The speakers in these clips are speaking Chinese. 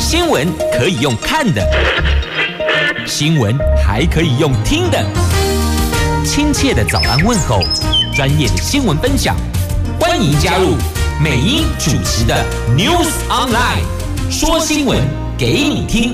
新闻可以用看的，新闻还可以用听的。亲切的早安问候，专业的新闻分享，欢迎加入美英主持的 News Online， 说新闻给你听。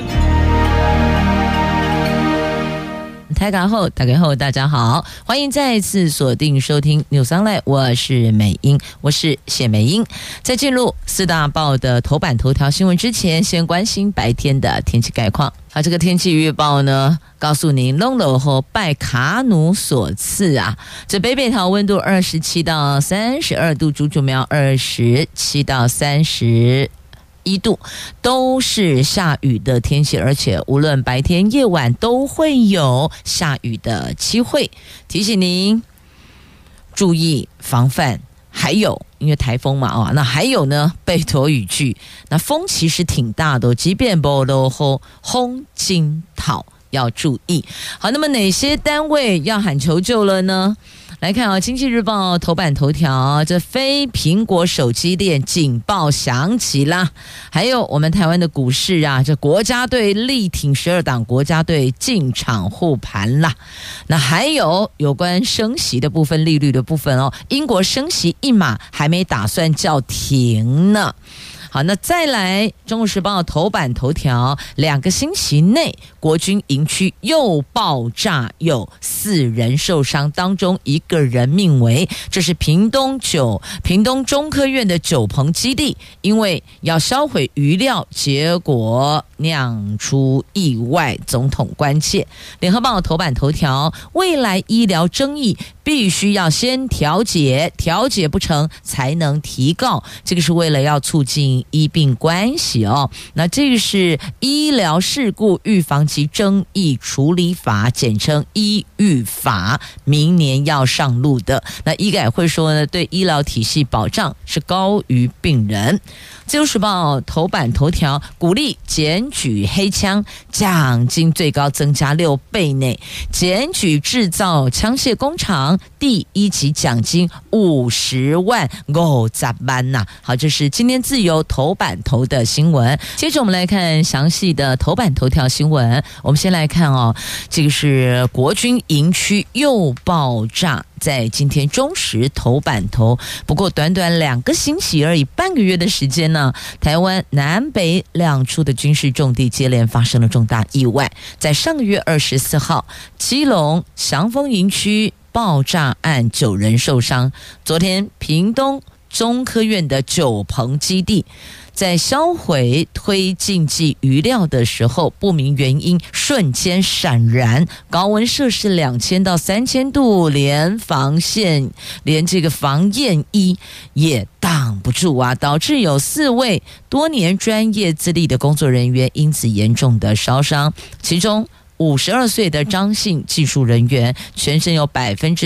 台港后打开后，大家好，欢迎再次锁定收听 News Online， 我是美英，我是谢美英。在进入四大报的头版头条新闻之前，先关心白天的天气概况。好，这个天气预报呢，告诉您，弄楼后拜卡努所赐啊，这北北桃温度27到32度，竹竹苗27到31度，都是下雨的天气，而且无论白天夜晚都会有下雨的机会，提醒您注意防范。还有因为台风嘛，那还有呢备妥雨具，那风其实挺大的，即便不落后轰惊讨要注意。好，那么哪些单位要喊求救了呢？来看啊，《经济日报》头版头条，这非苹果手机链警报响起啦。还有我们台湾的股市啊，这国家队力挺12党国家队进场护盘啦。那还有有关升息的部分，利率的部分哦，英国升息一码还没打算叫停呢。好，那再来，《中国时报》头版头条，2个星期内国军营区又爆炸，有4人受伤，当中1个人命危。这是屏东中科院的酒棚基地，因为要销毁余料，结果酿出意外，总统关切。《联合报》头版头条，未来医疗争议必须要先调解不成才能提告，这个是为了要促进医病关系哦。那这个是医疗事故预防及争议处理法，简称医预法，明年要上路的。那医改会说呢，对医疗体系保障是高于病人。自由时报头版头条，鼓励检举黑枪，奖金最高增加6倍内，检举制造枪械工厂第1级奖金50万50万呐。好，这是今天自由头版头的新闻。接着我们来看详细的头版头条新闻。我们先来看哦，这个是国军营区又爆炸，在今天中时头版头。不过短短2个星期而已，半个月的时间呢，台湾南北2处的军事重地接连发生了重大意外。在上个月24号，基隆祥丰营区爆炸案9人受伤。昨天屏东中科院的酒棚基地在销毁推进剂余料的时候，不明原因瞬间闪燃，高温摄氏2000到3000度，连这个防焰衣也挡不住啊，导致有4位多年专业资历的工作人员因此严重的烧伤，其中52岁的张姓技术人员全身有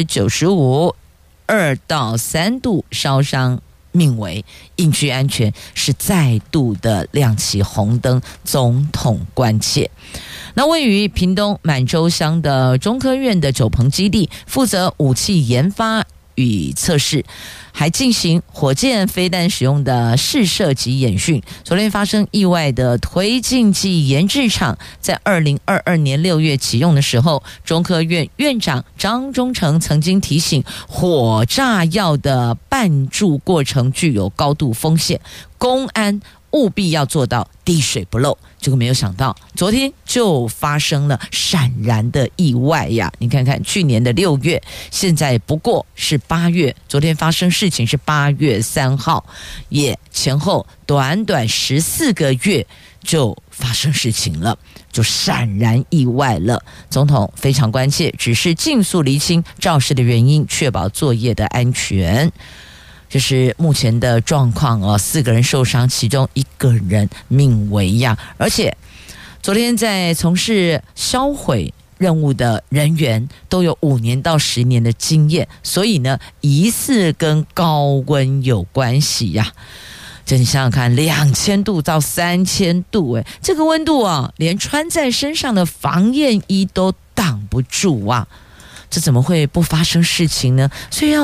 95%，2到3度烧伤命危，营区安全是再度的亮起红灯，总统关切。那位于屏东满洲乡的中科院的酒棚基地，负责武器研发与测试，还进行火箭飞弹使用的试射及演训。昨天发生意外的推进剂研制厂，在2022年6月启用的时候，中科院院长张忠诚曾经提醒，火炸药的拌注过程具有高度风险，公安务必要做到滴水不漏。结果没有想到，昨天就发生了闪燃的意外呀！你看看，去年的6月，现在不过是8月，昨天发生事情是8月3号，也前后短短14个月就发生事情了，就闪燃意外了。总统非常关切，只是尽速厘清肇事的原因，确保作业的安全。这是目前的状况哦，4个人受伤，其中1个人命危呀。而且昨天在从事销毁任务的人员都有5年到10年的经验，所以呢，疑似跟高温有关系呀。这你想想看，2000度到3000度，这个温度啊，连穿在身上的防焰衣都挡不住啊，这怎么会不发生事情呢？所以要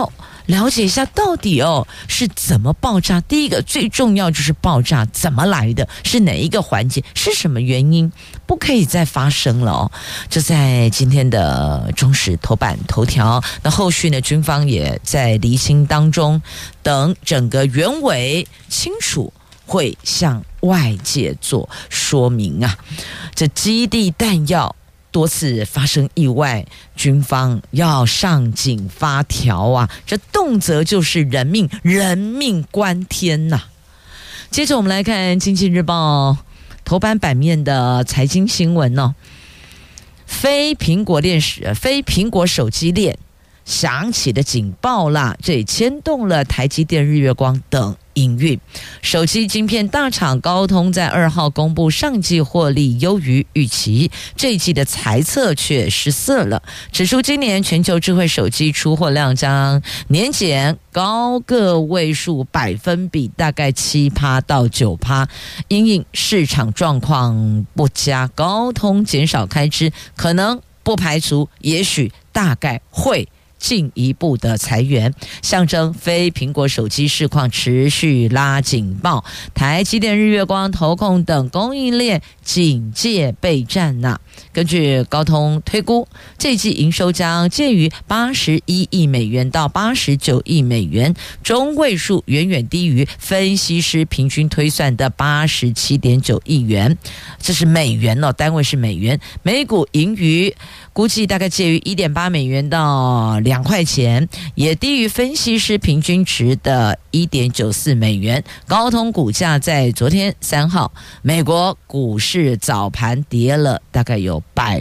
了解一下到底是怎么爆炸。第一个最重要就是爆炸怎么来的，是哪一个环节，是什么原因，不可以再发生了就在今天的中时头版头条，那后续呢军方也在厘清当中，等整个原委清楚会向外界做说明啊。这基地弹药多次发生意外，军方要上紧发条啊，这动辄就是人命，人命关天呐。接着我们来看经济日报头版版面的财经新闻非苹果手机链响起的警报啦，这也牵动了台积电、日月光等营运。手机晶片大厂高通在2号公布上季获利优于预期，这一季的财测却失色了，指出今年全球智慧手机出货量将年减高个位数百分比，大概7%到9%。因应市场状况不佳，高通减少开支，可能不排除也许大概会进一步的裁员，象征非苹果手机市况持续拉警报。台积电、日月光、投控等供应链警戒备战呐。根据高通推估，这一季营收将介于81亿美元到89亿美元，中位数远远低于分析师平均推算的87.9亿元，这是美元单位是美元。每股盈余估计大概介于 1.8 美元到2块钱，也低于分析师平均值的 1.94 美元。高通股价在昨天3号美国股市早盘跌了大概有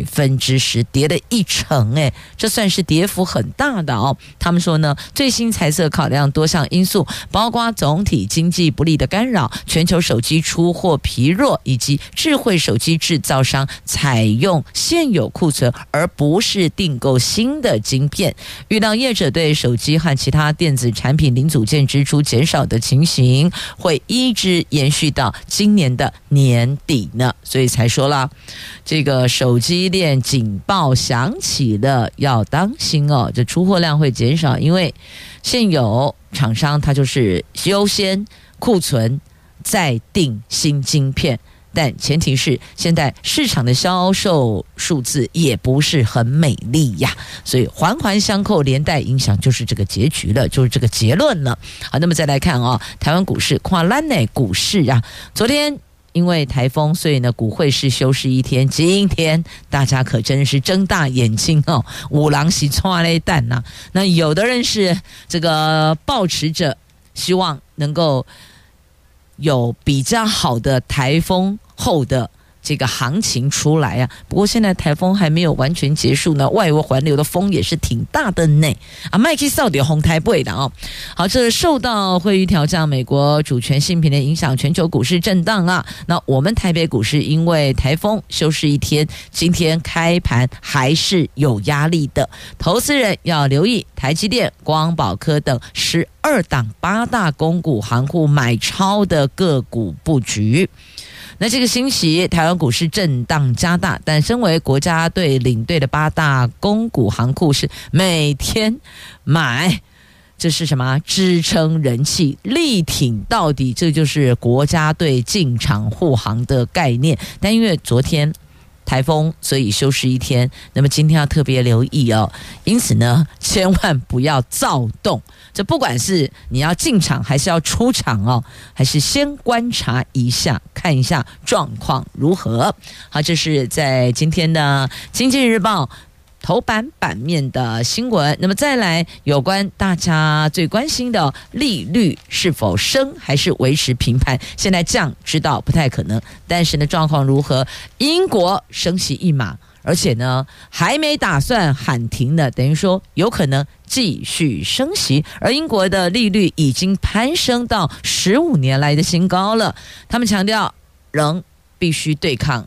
10%，跌了1%，这算是跌幅很大的他们说呢，最新财测考量多项因素，包括总体经济不利的干扰、全球手机出货疲弱，以及智慧手机制造商采用现有库存而不是订购新的晶片。预料业者对手机和其他电子产品零组件支出减少的情形会一直延续到今年的年底呢，所以才说了这个手机链警报响起了，要当心这出货量会减少，因为现有厂商它就是优先库存再订新晶片，但前提是现在市场的销售数字也不是很美丽呀，所以环环相扣，连带影响就是这个结局了，就是这个结论了。好，那么再来看台湾股市跨栏内股市啊，昨天因为台风，所以呢股汇市休市一天。今天大家可真是睁大眼睛五郎洗抓嘞蛋呐。那有的人是这个抱持着希望能够有比较好的台风后的这个行情出来啊，不过现在台风还没有完全结束呢，外围环流的风也是挺大的呢麦克少点红台背的好，这受到汇率调降、美国主权信评的影响，全球股市震荡啊。那我们台北股市因为台风休市一天，今天开盘还是有压力的，投资人要留意台积电、光宝科等12档8大公股行库买超的个股布局。那这个星期台湾股市震荡加大，但身为国家队领队的8大公股行库是每天买，这是什么？支撑人气，力挺到底，这就是国家队进场护航的概念。但因为昨天台风，所以休市一天，那么今天要特别留意因此呢千万不要躁动，这不管是你要进场还是要出场还是先观察一下，看一下状况如何。好，这是在今天的经济日报头版版面的新闻。那么再来有关大家最关心的利率是否升还是维持平盘，现在降知道不太可能，但是呢状况如何？英国升息一码，而且呢还没打算喊停呢，等于说有可能继续升息，而英国的利率已经攀升到15年来的新高了。他们强调仍必须对抗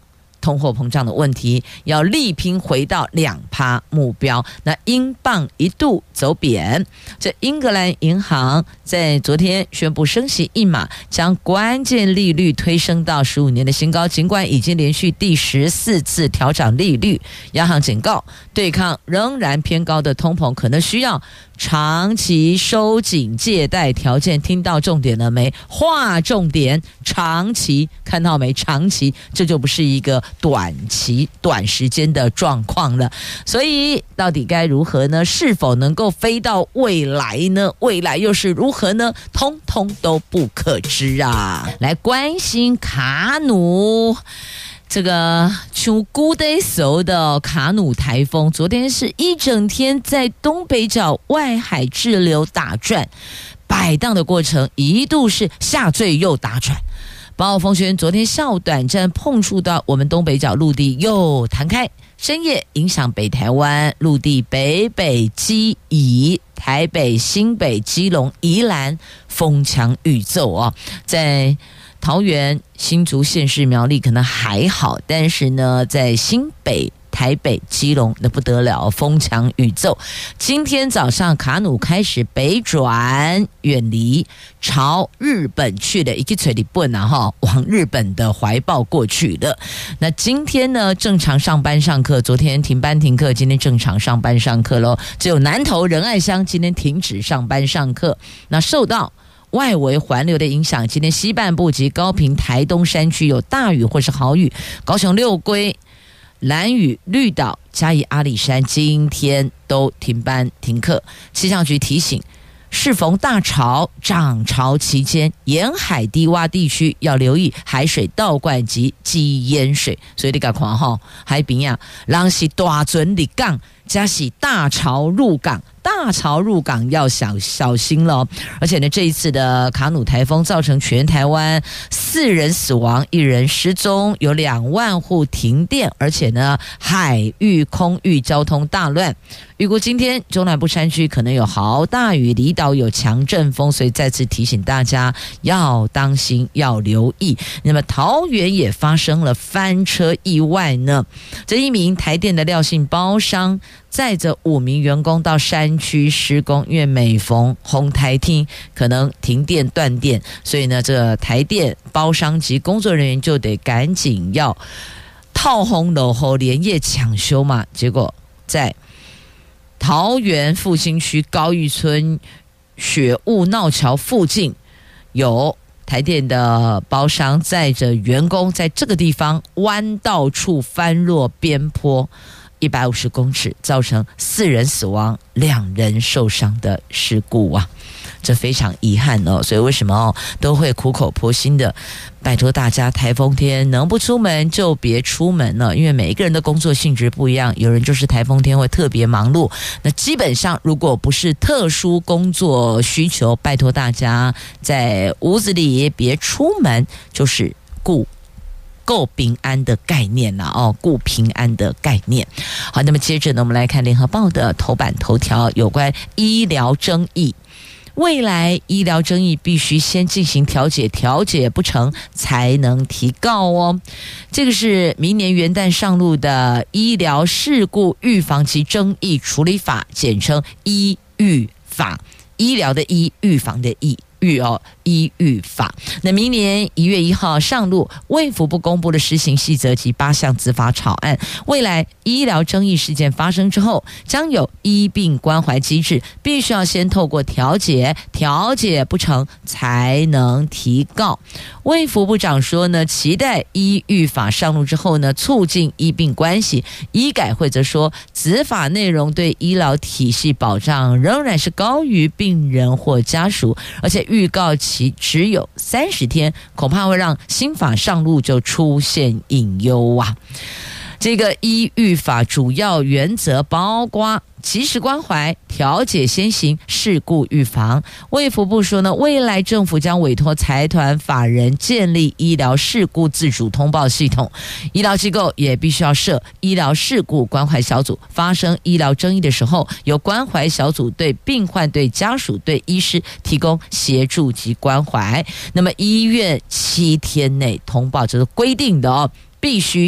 通货膨胀的问题，要力拼回到2%目标。那英镑一度走贬，这英格兰银行在昨天宣布升息1码，将关键利率推升到15年的新高。尽管已经连续第14次调涨利率，央行警告，对抗仍然偏高的通膨，可能需要长期收紧借贷条件。听到重点了没？划重点，长期，看到没？长期，这就不是一个短时间的状况了。所以到底该如何呢？是否能够飞到未来呢？未来又是如何呢？通通都不可知啊！来关心卡努。这个像古代时候的卡努台风，昨天是一整天在东北角外海滞留打转，摆荡的过程一度是下坠又打转。8号风圈昨天下午短暂碰触到我们东北角陆地又弹开，深夜影响北台湾陆地北北基以台北、新北、基隆、宜兰风强雨骤哦，在桃园、新竹县市、苗栗可能还好，但是呢，在新北、台北、基隆那不得了，风强雨骤。今天早上卡努开始北转，远离朝日本去的，一个垂里奔啊往日本的怀抱过去的。那今天呢，正常上班上课，昨天停班停课，今天正常上班上课咯。只有南投仁爱乡今天停止上班上课。那受到外围环流的影响，今天西半部及高屏、台东山区有大雨或是豪雨，高雄六龟、兰屿、绿岛、嘉义、阿里山今天都停班停课。气象局提醒，适逢大潮、涨潮期间，沿海低洼地区要留意海水倒灌及积淹水。所以你看海边啊，人是大船入港，加是大潮入港。大潮入港要小心了，而且呢，这一次的卡努台风造成全台湾4人死亡，1人失踪，有2万户停电，而且呢，海域、空域交通大乱。预估今天中南部山区可能有豪大雨，离岛有强阵风，所以再次提醒大家要当心，要留意。那么桃园也发生了翻车意外呢，这一名台电的廖姓包商载着5名员工到山区施工，因为每逢红台天可能停电断电，所以呢，这个台电包商及工作人员就得赶紧要套红楼后连夜抢修嘛。结果在桃园复兴区高玉村雪雾闹桥附近，有台电的包商载着员工在这个地方弯道处翻落边坡150公尺，造成4人死亡、2人受伤的事故啊，这非常遗憾哦。所以为什么都会苦口婆心的拜托大家，台风天能不出门就别出门了，因为每一个人的工作性质不一样，有人就是台风天会特别忙碌。那基本上如果不是特殊工作需求，拜托大家在屋子里别出门，就是够平安的概念啦顾平安的概念。好，那么接着呢，我们来看联合报的头版头条，有关医疗争议。未来医疗争议必须先进行调解，调解不成才能提告哦。这个是明年元旦上路的医疗事故预防及争议处理法，简称医预法，医疗的医，预防的医预法。那明年1月1号上路，卫福部公布的施行细则及8项执法草案。未来医疗争议事件发生之后，将有医病关怀机制，必须要先透过调解不成才能提告。卫福部长说呢，期待医预法上路之后呢，促进医病关系。医改会则说，执法内容对医疗体系保障仍然是高于病人或家属，而且预告期只有30天，恐怕会让新法上路就出现隐忧啊。这个医预法主要原则包括及时关怀、调解先行、事故预防。卫福部说呢，未来政府将委托财团法人建立医疗事故自主通报系统，医疗机构也必须要设医疗事故关怀小组，发生医疗争议的时候，由关怀小组对病患、对家属、对医师提供协助及关怀。那么医院7天内通报，这是规定的必须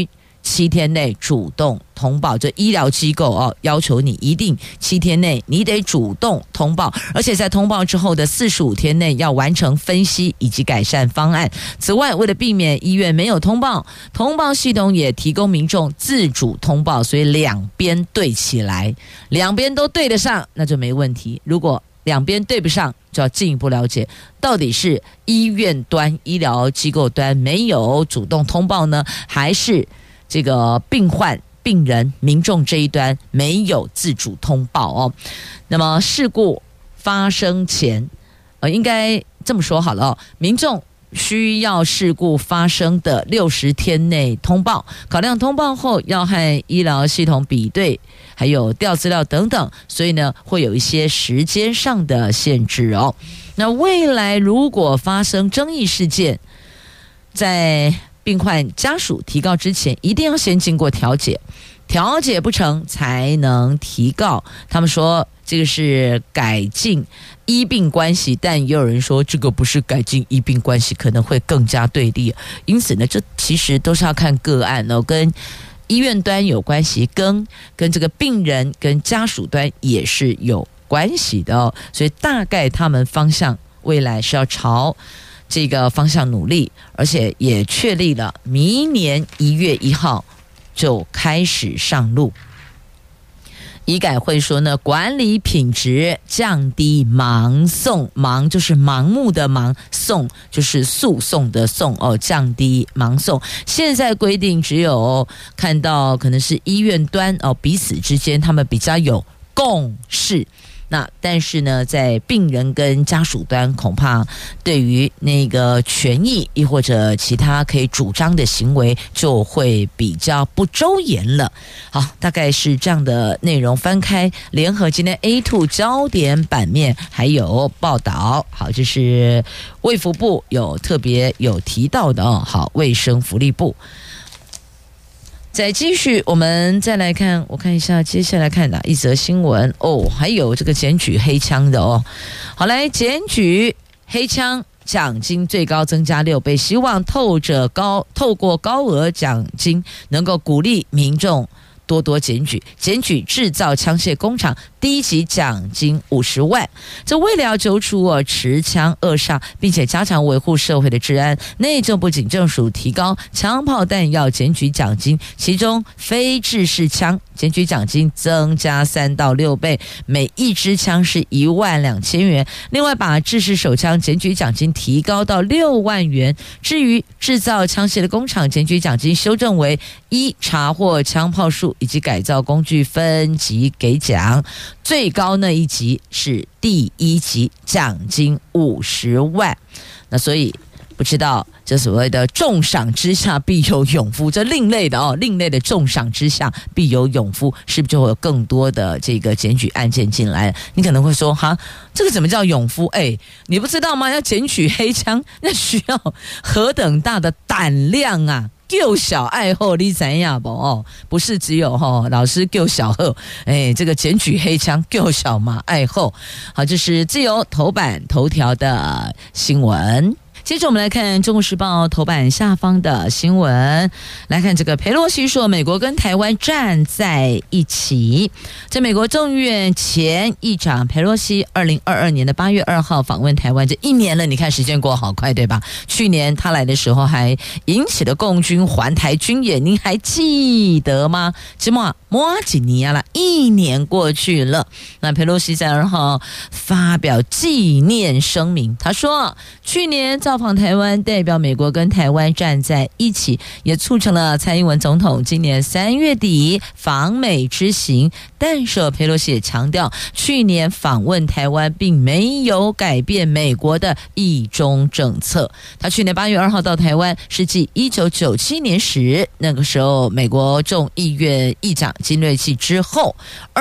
7天内主动通报，这医疗机构要求你一定7天内你得主动通报，而且在通报之后的45天内要完成分析以及改善方案。此外，为了避免医院没有通报，通报系统也提供民众自主通报，所以两边对起来，两边都对得上，那就没问题。如果两边对不上，就要进一步了解到底是医院端、医疗机构端没有主动通报呢，还是这个病患、病人、民众这一端没有自主通报那么事故发生前，应该这么说好了民众需要事故发生的60天内通报，考量通报后要和医疗系统比对，还有调资料等等，所以呢会有一些时间上的限制那未来如果发生争议事件，在病患家属提告之前，一定要先经过调解，调解不成才能提告。他们说这个是改进医病关系，但也有人说这个不是改进医病关系，可能会更加对立。因此呢，这其实都是要看个案跟医院端有关系，跟这个病人跟家属端也是有关系的所以大概他们方向未来是要朝这个方向努力，而且也确立了明年1月1号就开始上路。医改会说呢，管理品质，降低盲送，盲就是盲目的盲，送就是诉讼的讼降低盲送。现在规定只有看到可能是医院端彼此之间他们比较有共识。那但是呢，在病人跟家属端，恐怕对于那个权益亦或者其他可以主张的行为，就会比较不周延了。好，大概是这样的内容。翻开联合今天 A2 焦点版面还有报道。好，这是卫福部特别有提到的好，卫生福利部。再继续，我们再来看，我看一下接下来看哪一则新闻还有这个检举黑枪的好，来检举黑枪奖金最高增加6倍，希望透过高额奖金能够鼓励民众多多检举制造枪械工厂低级奖金50万。这为了要揪出持枪扼杀，并且加强维护社会的治安，内政部警政署提高枪炮弹药检举奖金，其中非制式枪检举奖金增加3到6倍，每一支枪是12000元。另外把制式手枪检举奖金提高到6万元。至于制造枪械的工厂检举奖金修正为依查获枪炮数以及改造工具分级给奖，最高那一级是第1级，奖金50万。那所以不知道这所谓的重赏之下必有勇夫，这另类的重赏之下必有勇夫，是不是就会有更多的这个检举案件进来？你可能会说这个怎么叫勇夫？你不知道吗？要检举黑枪，那需要何等大的胆量啊！救小爱后你知道不不是只有老师救小后这个检举黑枪救小马爱后。好，这是自由头版头条的新闻。接着我们来看《中国时报》头版下方的新闻，来看这个裴洛西说美国跟台湾站在一起。在美国众议院前议长裴洛西2022年的8月2号访问台湾，这1年了，你看时间过好快对吧？去年他来的时候还引起了共军环台军演，您还记得吗？起码摸几年了，1年过去了。那裴洛西在2号发表纪念声明，他说去年造访台湾，代表美国跟台湾站在一起，也促成了蔡英文总统今年3月底访美之行。但是裴洛西也强调，去年访问台湾并没有改变美国的一中政策。他去年8月2号到台湾，是继1997年时，那个时候美国众议院议长金瑞气之后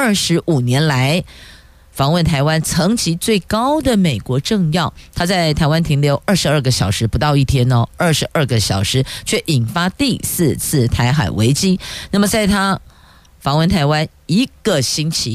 ，25年来访问台湾层级最高的美国政要。他在台湾停留22个小时，不到1天22个小时，却引发第4次台海危机。那么在他访问台湾1个星期，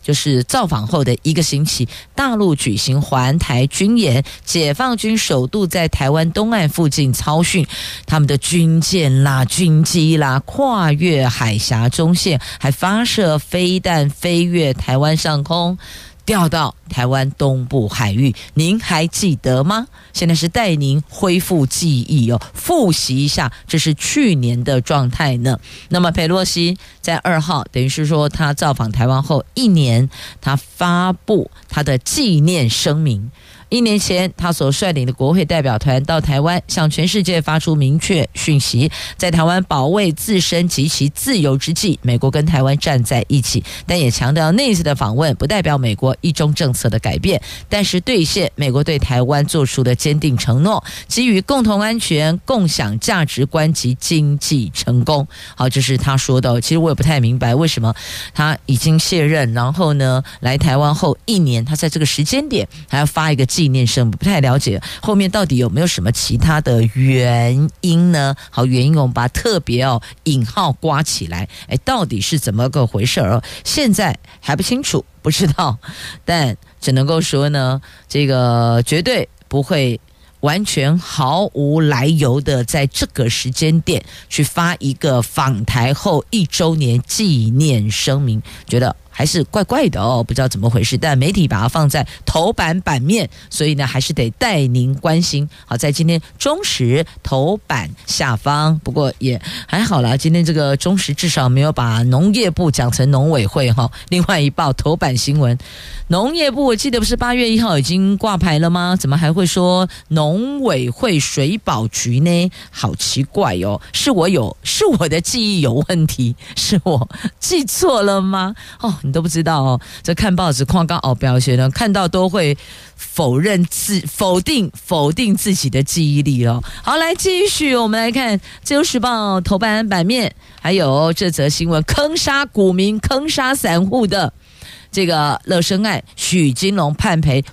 就是造访后的1个星期，大陆举行环台军演，解放军首度在台湾东岸附近操训他们的军舰啦、军机啦，跨越海峡中线，还发射飞弹飞越台湾上空，调到台湾东部海域，您还记得吗？现在是带您恢复记忆哦，复习一下，这是去年的状态呢。那么裴洛西在2号，等于是说他造访台湾后1年，他发布他的纪念声明。1年前，他所率领的国会代表团到台湾，向全世界发出明确讯息，在台湾保卫自身及其自由之际，美国跟台湾站在一起，但也强调那次的访问不代表美国一中政策的改变，但是兑现美国对台湾做出的坚定承诺，基于共同安全、共享价值观及经济成功。好，这是他说的。其实我也不太明白为什么他已经卸任，然后呢来台湾后1年，他在这个时间点还要发一个纪念声明，不太了解后面到底有没有什么其他的原因呢？好，原因我们把它特别引号刮起来，到底是怎么个回事儿？现在还不清楚，不知道，但只能够说呢，这个绝对不会完全毫无来由的在这个时间点去发一个访台后1周年纪念声明，觉得还是怪怪的哦，不知道怎么回事，但媒体把它放在头版版面，所以呢还是得带您关心。好，在今天中时头版下方，不过也还好啦，今天这个中时至少没有把农业部讲成农委会哈。另外一报头版新闻，农业部我记得不是8月1号已经挂牌了吗？怎么还会说农委会水保局呢？好奇怪哦，是我的记忆有问题，是我记错了吗？哦，你都不知道哦，这看报纸框刚表现呢，看到都会否定自己的记忆力哦。好，来继续，我们来看《自由时报》头版版面，还有这则新闻：坑杀股民、坑杀散户的这个乐生案，许金龙判赔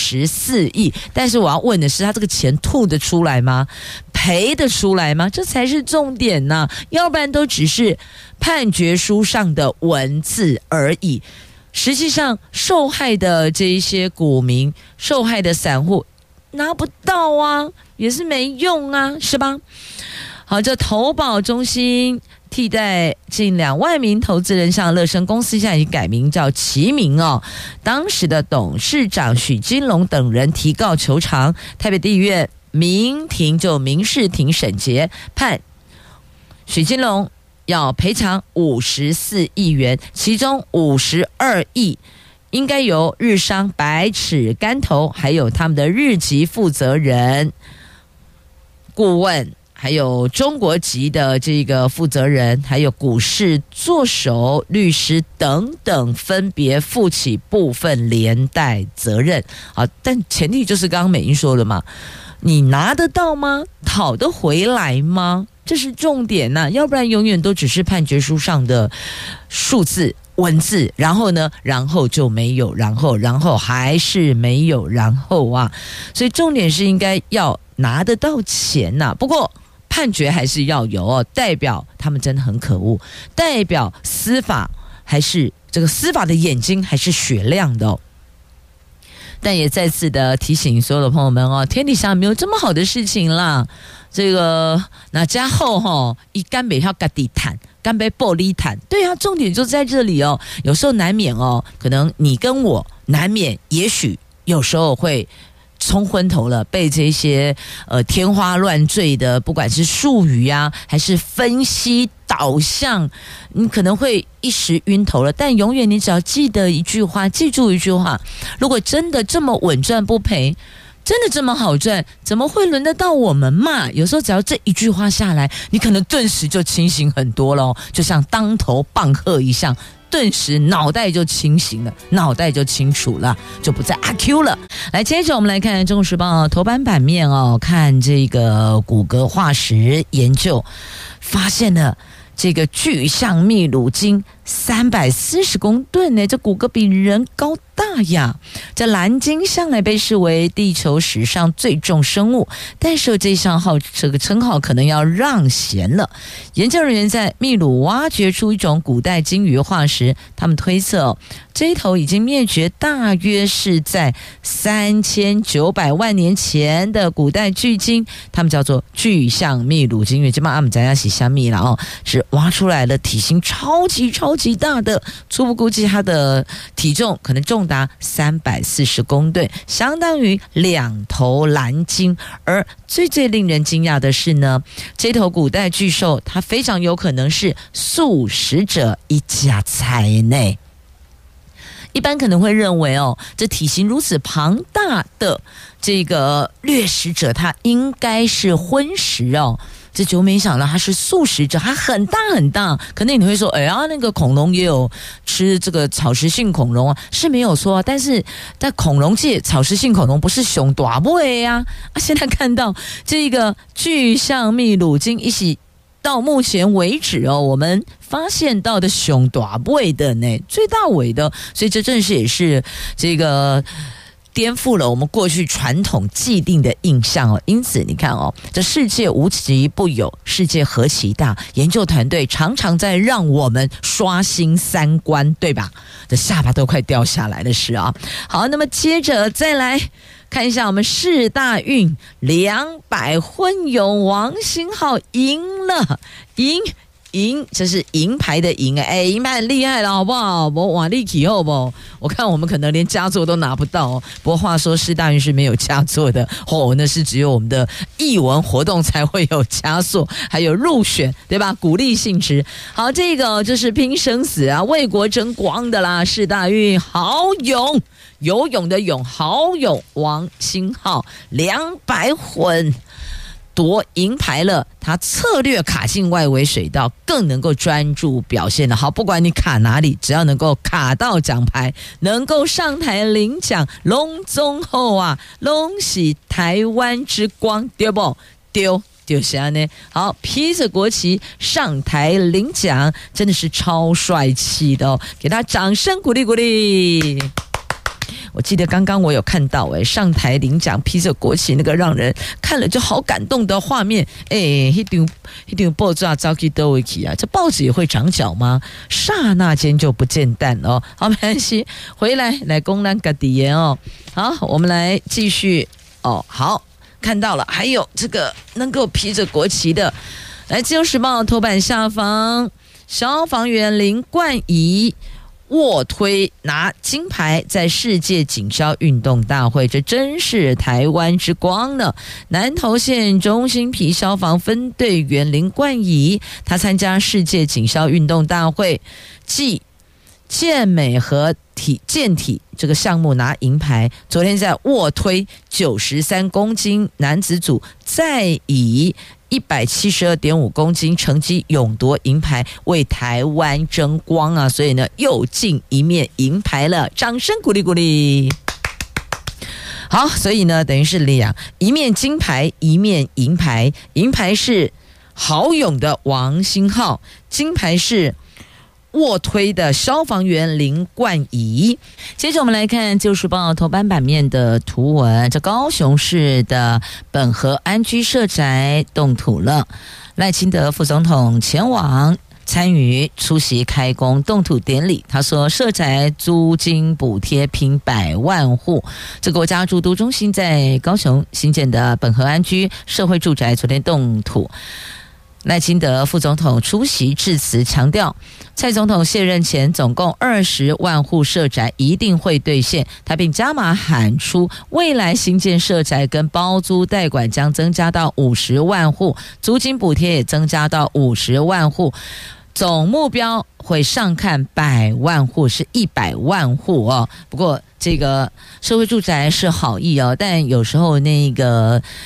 54亿。但是我要问的是，他这个钱吐得出来吗？赔得出来吗？这才是重点呐，要不然都只是判决书上的文字而已。实际上，受害的这一些股民、受害的散户拿不到啊，也是没用啊，是吧？好，这投保中心替代近2万名投资人向乐生公司现在已经改名叫齐名哦。当时的董事长许金龙等人提告求偿，台北地院民事庭审结，判许金龙要赔偿54亿元，其中52亿应该由日商百尺竿头，还有他们的日籍负责人、顾问，还有中国籍的这个负责人，还有股市作手、律师等等，分别负起部分连带责任。好，但前提就是刚刚美英说的嘛，你拿得到吗？讨得回来吗？这是重点呐，要不然永远都只是判决书上的数字文字，然后呢，然后就没有，然后还是没有然后啊。所以重点是应该要拿得到钱呐。不过判决还是要有哦，代表他们真的很可恶，代表司法还是这个司法的眼睛还是雪亮的哦。但也再次的提醒所有的朋友们哦，天底下没有这么好的事情啦。这个那家后一干北要干地毯，干杯玻璃毯，对啊，重点就在这里哦。有时候难免哦，可能你跟我难免，也许有时候会冲昏头了，被这些天花乱坠的，不管是术语啊，还是分析导向，你可能会一时晕头了。但永远你只要记住一句话，如果真的这么稳赚不赔，真的这么好赚，怎么会轮得到我们嘛？有时候只要这一句话下来，你可能顿时就清醒很多了，就像当头棒喝一样，顿时脑袋就清醒了，脑袋就清楚了，就不再阿 Q 了。来，接着我们来看《中国时报》头版版面哦，看这个骨骼化石研究发现了这个巨象秘鲁鲸340公吨呢，这骨骼比人高大呀！这蓝鲸向来被视为地球史上最重生物，但是这个称号可能要让贤了。研究人员在秘鲁挖掘出一种古代鲸鱼化石，他们推测这一头已经灭绝，大约是在3900万年前的古代巨鲸，他们叫做巨象秘鲁鲸鱼。这帮阿姆咱亚喜虾米了哦，是挖出来了，体型超级大的，初步估计它的体重可能重达340公吨，相当于2头蓝鲸。而最令人惊讶的是呢，这头古代巨兽它非常有可能是素食者一家菜内。一般可能会认为这体型如此庞大的这个掠食者，它应该是荤食这就没想到它是素食者，它很大。可能你会说，那个恐龙也有吃这个草食性恐龙啊，是没有错啊。但是在恐龙界，草食性恐龙不是熊大尾呀。现在看到这个巨象秘鲁鲸一起。到目前为止我们发现到的熊大尾的呢，最大尾的，所以这正是也是这个颠覆了我们过去传统既定的印象因此你看这世界无奇不有，世界何其大，研究团队常常在让我们刷新三观，对吧？这下巴都快掉下来的事啊。好，那么接着再来看一下我们世大运200混泳，王星浩赢了，赢，这是银牌的赢银牌很厉害了，好不好？我瓦力体后不？我看我们可能连佳作都拿不到不过话说，世大运是没有佳作的那是只有我们的艺文活动才会有佳作，还有入选，对吧？鼓励性质。好，这个就是拼生死啊，为国争光的啦。世大运好泳，游泳的泳，好泳王星浩200混。夺银牌了，他策略卡进外围水道，更能够专注表现的好。不管你卡哪里，只要能够卡到奖牌，能够上台领奖，隆中后隆喜台湾之光，对不？丢就是呢。好，披着国旗上台领奖，真的是超帅气的给他掌声鼓励鼓励。我记得刚刚我有看到上台领奖披着国旗那个让人看了就好感动的画面那张报纸早去哪里去啊？这报纸也会长脚吗？刹那间就不见蛋好，没关系，回来讲咱自己的好，我们来继续好，看到了，还有这个能够披着国旗的，来自由时报头版下方，消防员林冠仪卧推拿金牌，在世界锦标运动大会，这真是台湾之光呢。南投县中心皮消防分队员林冠仪，他参加世界锦标运动大会暨健美和健体这个项目拿银牌，昨天在卧推93公斤男子组再以172.5公斤成绩勇夺银牌，为台湾争光啊！所以呢，又进一面银牌了，掌声鼓励鼓励。好，所以呢，等于是一面金牌，一面银牌。银牌是好泳的王星浩，金牌是卧推的消防员林冠仪。接着我们来看《旧时报》头版版面的图文，这高雄市的本和安居社宅动土了，赖清德副总统前往参与出席开工动土典礼。他说，社宅租金补贴拼100万户。这国家住都中心在高雄新建的本和安居社会住宅昨天动土。赖清德副总统出席致辞，强调蔡总统卸任前总共20万户社宅一定会兑现，他并加码喊出未来新建社宅跟包租代管将增加到50万户，租金补贴也增加到50万户，总目标会上看100万户，是100万户不过这个社会住宅是好意但有时候那个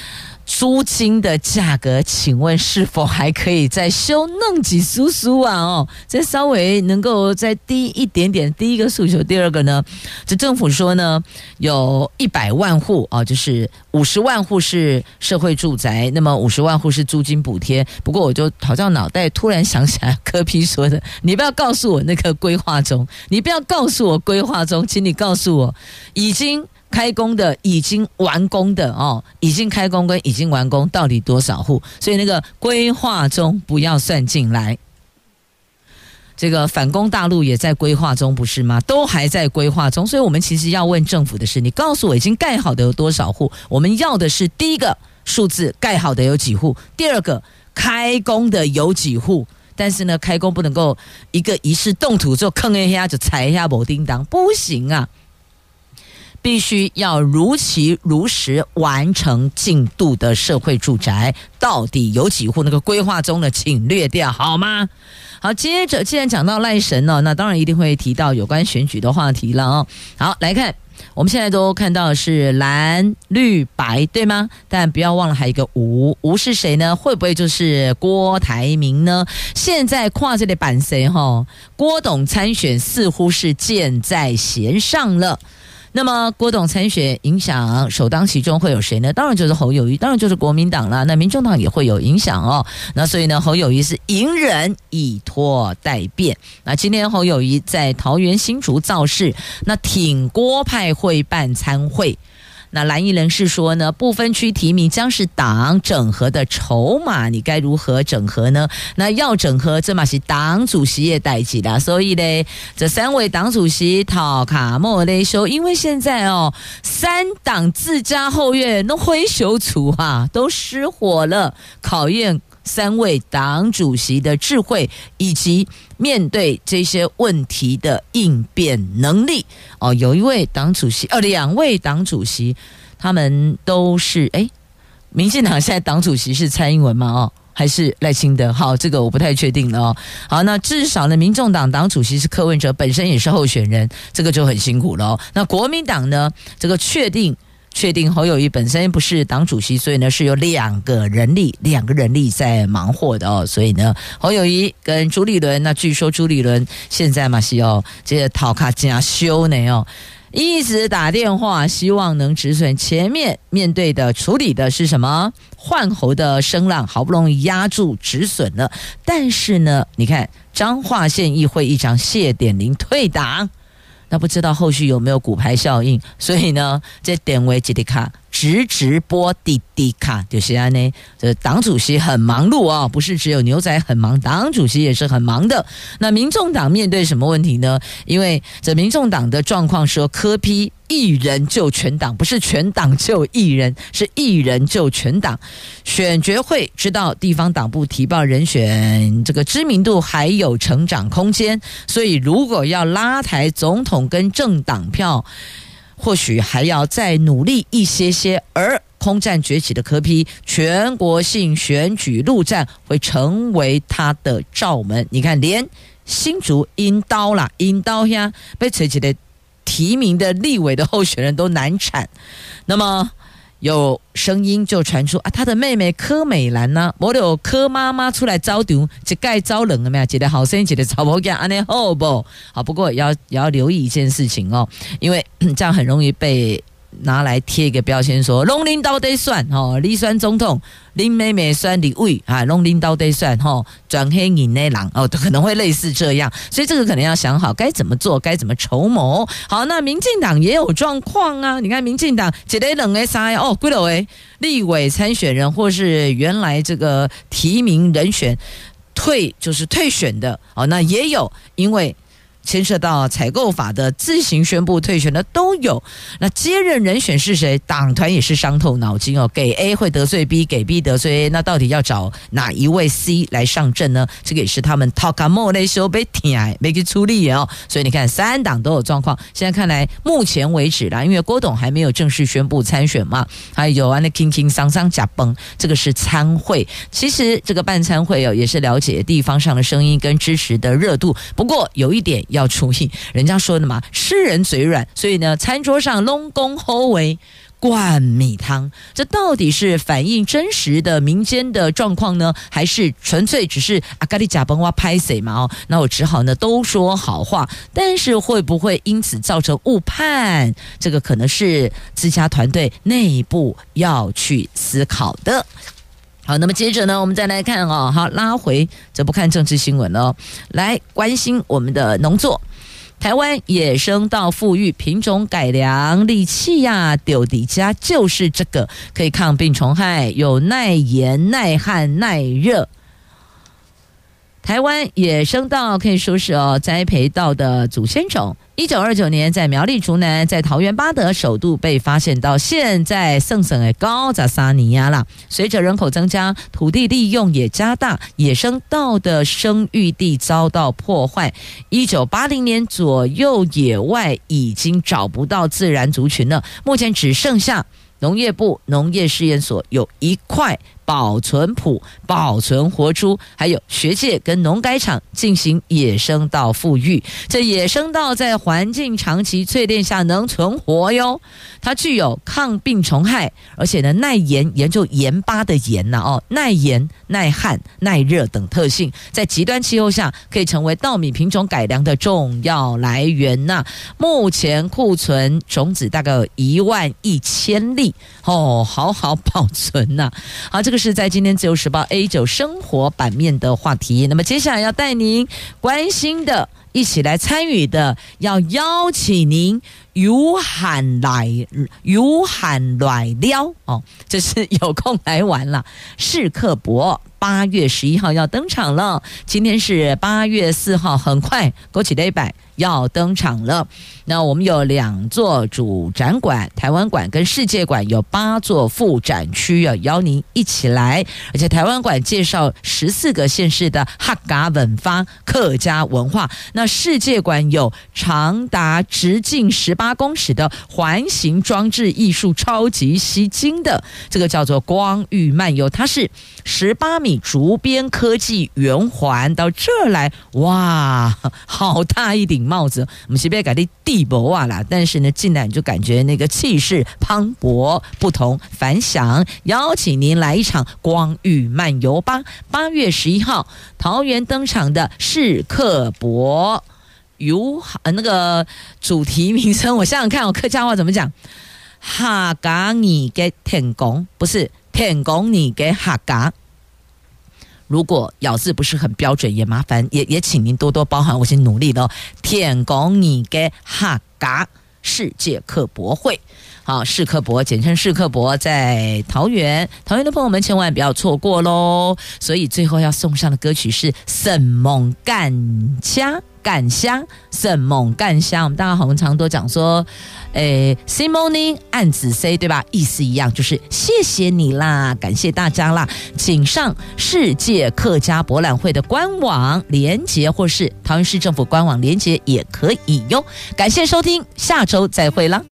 租金的价格，请问是否还可以再修弄几苏苏啊？再稍微能够再低一点点。第一个诉求，第二个呢，这政府说呢，有100万户就是50万户是社会住宅，那么50万户是租金补贴。不过我就好像脑袋突然想起来柯 P 说的，你不要告诉我那个规划中，你不要告诉我规划中，请你告诉我已经开工的、已经完工的已经开工跟已经完工到底多少户？所以那个规划中不要算进来。这个反攻大陆也在规划中，不是吗？都还在规划中，所以我们其实要问政府的是，你告诉我已经盖好的有多少户？我们要的是第一个数字，盖好的有几户；第二个开工的有几户。但是呢，开工不能够一个仪式动土就坑一下就踩一下某叮当，不行啊！必须要如期如实完成进度的社会住宅，到底有几户？那个规划中的请略掉好吗？好，接着既然讲到赖神那当然一定会提到有关选举的话题了好，来看，我们现在都看到的是蓝绿白，对吗？但不要忘了还有一个吴是谁呢？会不会就是郭台铭呢？现在跨这里版谁郭董参选似乎是箭在弦上了。那么郭董参选影响首当其冲会有谁呢？当然就是侯友宜，当然就是国民党啦。那民众党也会有影响那所以呢，侯友宜是迎人以拖待变。那今天侯友宜在桃园新竹造势，那挺郭派会办参会。那蓝营人士说呢，不分区提名将是党整合的筹码，你该如何整合呢？那要整合，这嘛是党主席也代志啦。所以呢，这3位党主席讨卡莫雷修，因为现在3党自家后院都挥手处都失火了，考验3位党主席的智慧以及面对这些问题的应变能力有一位党主席2位党主席，他们都是民进党现在党主席是蔡英文吗？还是赖清德？好，这个我不太确定了好，那至少呢，民众党党主席是柯文哲，本身也是候选人，这个就很辛苦了那国民党呢，这个确定侯友宜本身不是党主席，所以呢是有2个人力在忙活的所以呢，侯友宜跟朱立伦，那据说朱立伦现在嘛是要这个讨卡加修呢一直打电话希望能止损。前面面对的处理的是什么？换侯的声浪好不容易压住止损了，但是呢，你看彰化县议会议长谢点玲退党。那不知道后续有没有骨牌效应，所以呢，这点为滴滴卡直播滴滴卡，就是这样呢。这党主席很忙碌不是只有牛仔很忙，党主席也是很忙的。那民众党面对什么问题呢？因为这民众党的状况说，柯 P 一人救全党，不是全党救一人，是一人救全党。选决会知道地方党部提报人选这个知名度还有成长空间，所以如果要拉抬总统跟政党票，或许还要再努力一些。而空战崛起的柯 P， 全国性选举陆战会成为他的罩门。你看，连新竹阴刀呀被吹起来提名的立委的候选人都难产。那么有声音就传出他的妹妹柯美兰呢，没有柯妈妈出来招场，一概招人了没有？一个好声音，一个草婆干，安尼好不好？不过也要留意一件事情因为这样很容易被拿来贴一个标签说拢恁到底算你选总统，恁妹妹选立委拢恁到底算转黑影的人可能会类似这样，所以这个可能要想好该怎么做，该怎么筹谋。好，那民进党也有状况啊，你看民进党一个2个3个几多位立委参选人或是原来这个提名人选退选的那也有因为牵涉到采购法的自行宣布退选的都有。那接任人选是谁？党团也是伤透脑筋给 A 会得罪 B， 给 B 得罪 A， 那到底要找哪一位 C 来上阵呢？这个也是他们讨卡莫的时候被听没去处理所以你看3党都有状况。现在看来目前为止啦，因为郭董还没有正式宣布参选嘛，还有那轻轻桑桑假崩，这个是参会。其实这个办参会也是了解地方上的声音跟支持的热度。不过有一点要注意，人家说的嘛，吃人嘴软，所以呢，餐桌上拢公后为灌米汤，这到底是反映真实的民间的状况呢，还是纯粹只是咖喱假崩哇拍谁嘛？那我只好呢都说好话，但是会不会因此造成误判？这个可能是自家团队内部要去思考的。好，那么接着呢，我们再来看好，拉回这不看政治新闻了，来关心我们的农作。台湾野生到富裕品种改良利器呀，丢底家就是这个可以抗病虫害，有耐盐、耐旱、耐热。台湾野生稻可以说是栽培到的祖先种。1929年在苗栗竹南，在桃园八德首度被发现到现在圣的高扎沙尼亚啦。随着人口增加，土地利用也加大，野生稻的生育地遭到破坏。1980年左右，野外已经找不到自然族群了，目前只剩下农业部农业试验所有一块保存圃保存活猪，还有学界跟农改场进行野生稻复育。这野生稻在环境长期淬炼下能存活哟，它具有抗病虫害，而且呢耐盐，研究盐巴的盐耐盐、耐旱、耐热等特性，在极端气候下可以成为稻米品种改良的重要来源呐。目前库存种子大概有11000粒好好保存呐。好，这个是在今天自由时报 A9 生活版面的话题。那么接下来要带您关心的，一起来参与的，要邀请您有喊来了这是有空来玩了。世客博8月11号要登场了，今天是8月4号，很快枸杞雷百要登场了。那我们有2座主展馆，台湾馆跟世界馆有8座副展区，要邀您一起来。而且台湾馆介绍14个县市的客家文化、客家文化，那世界馆有长达直径18公尺的环形装置艺术，超级吸睛的，这个叫做光域漫游，它是18米竹编科技圆环到这儿来，哇，好大一顶帽子，我们随便改的地博啊啦，但是呢进来你就感觉那个气势磅礴，不同凡响。邀请您来一场光域漫游吧。8月11号桃园登场的世客博，有那个主题名称我想想看，我客家话怎么讲？客家你给天公，不是天公你给客家。如果咬字不是很标准，也麻烦也请您多多包涵，我先努力了。天公你给客家世界客博会，好，世客博简称世客博，在桃园的朋友们千万不要错过咯。所以最后要送上的歌曲是圣梦干虾圣梦干虾，我们大家很常都讲说Simone 暗子 C 对吧，意思一样，就是谢谢你啦，感谢大家啦。请上世界客家博览会的官网连结，或是桃园市政府官网连结也可以哟。感谢收听，下周再会啦。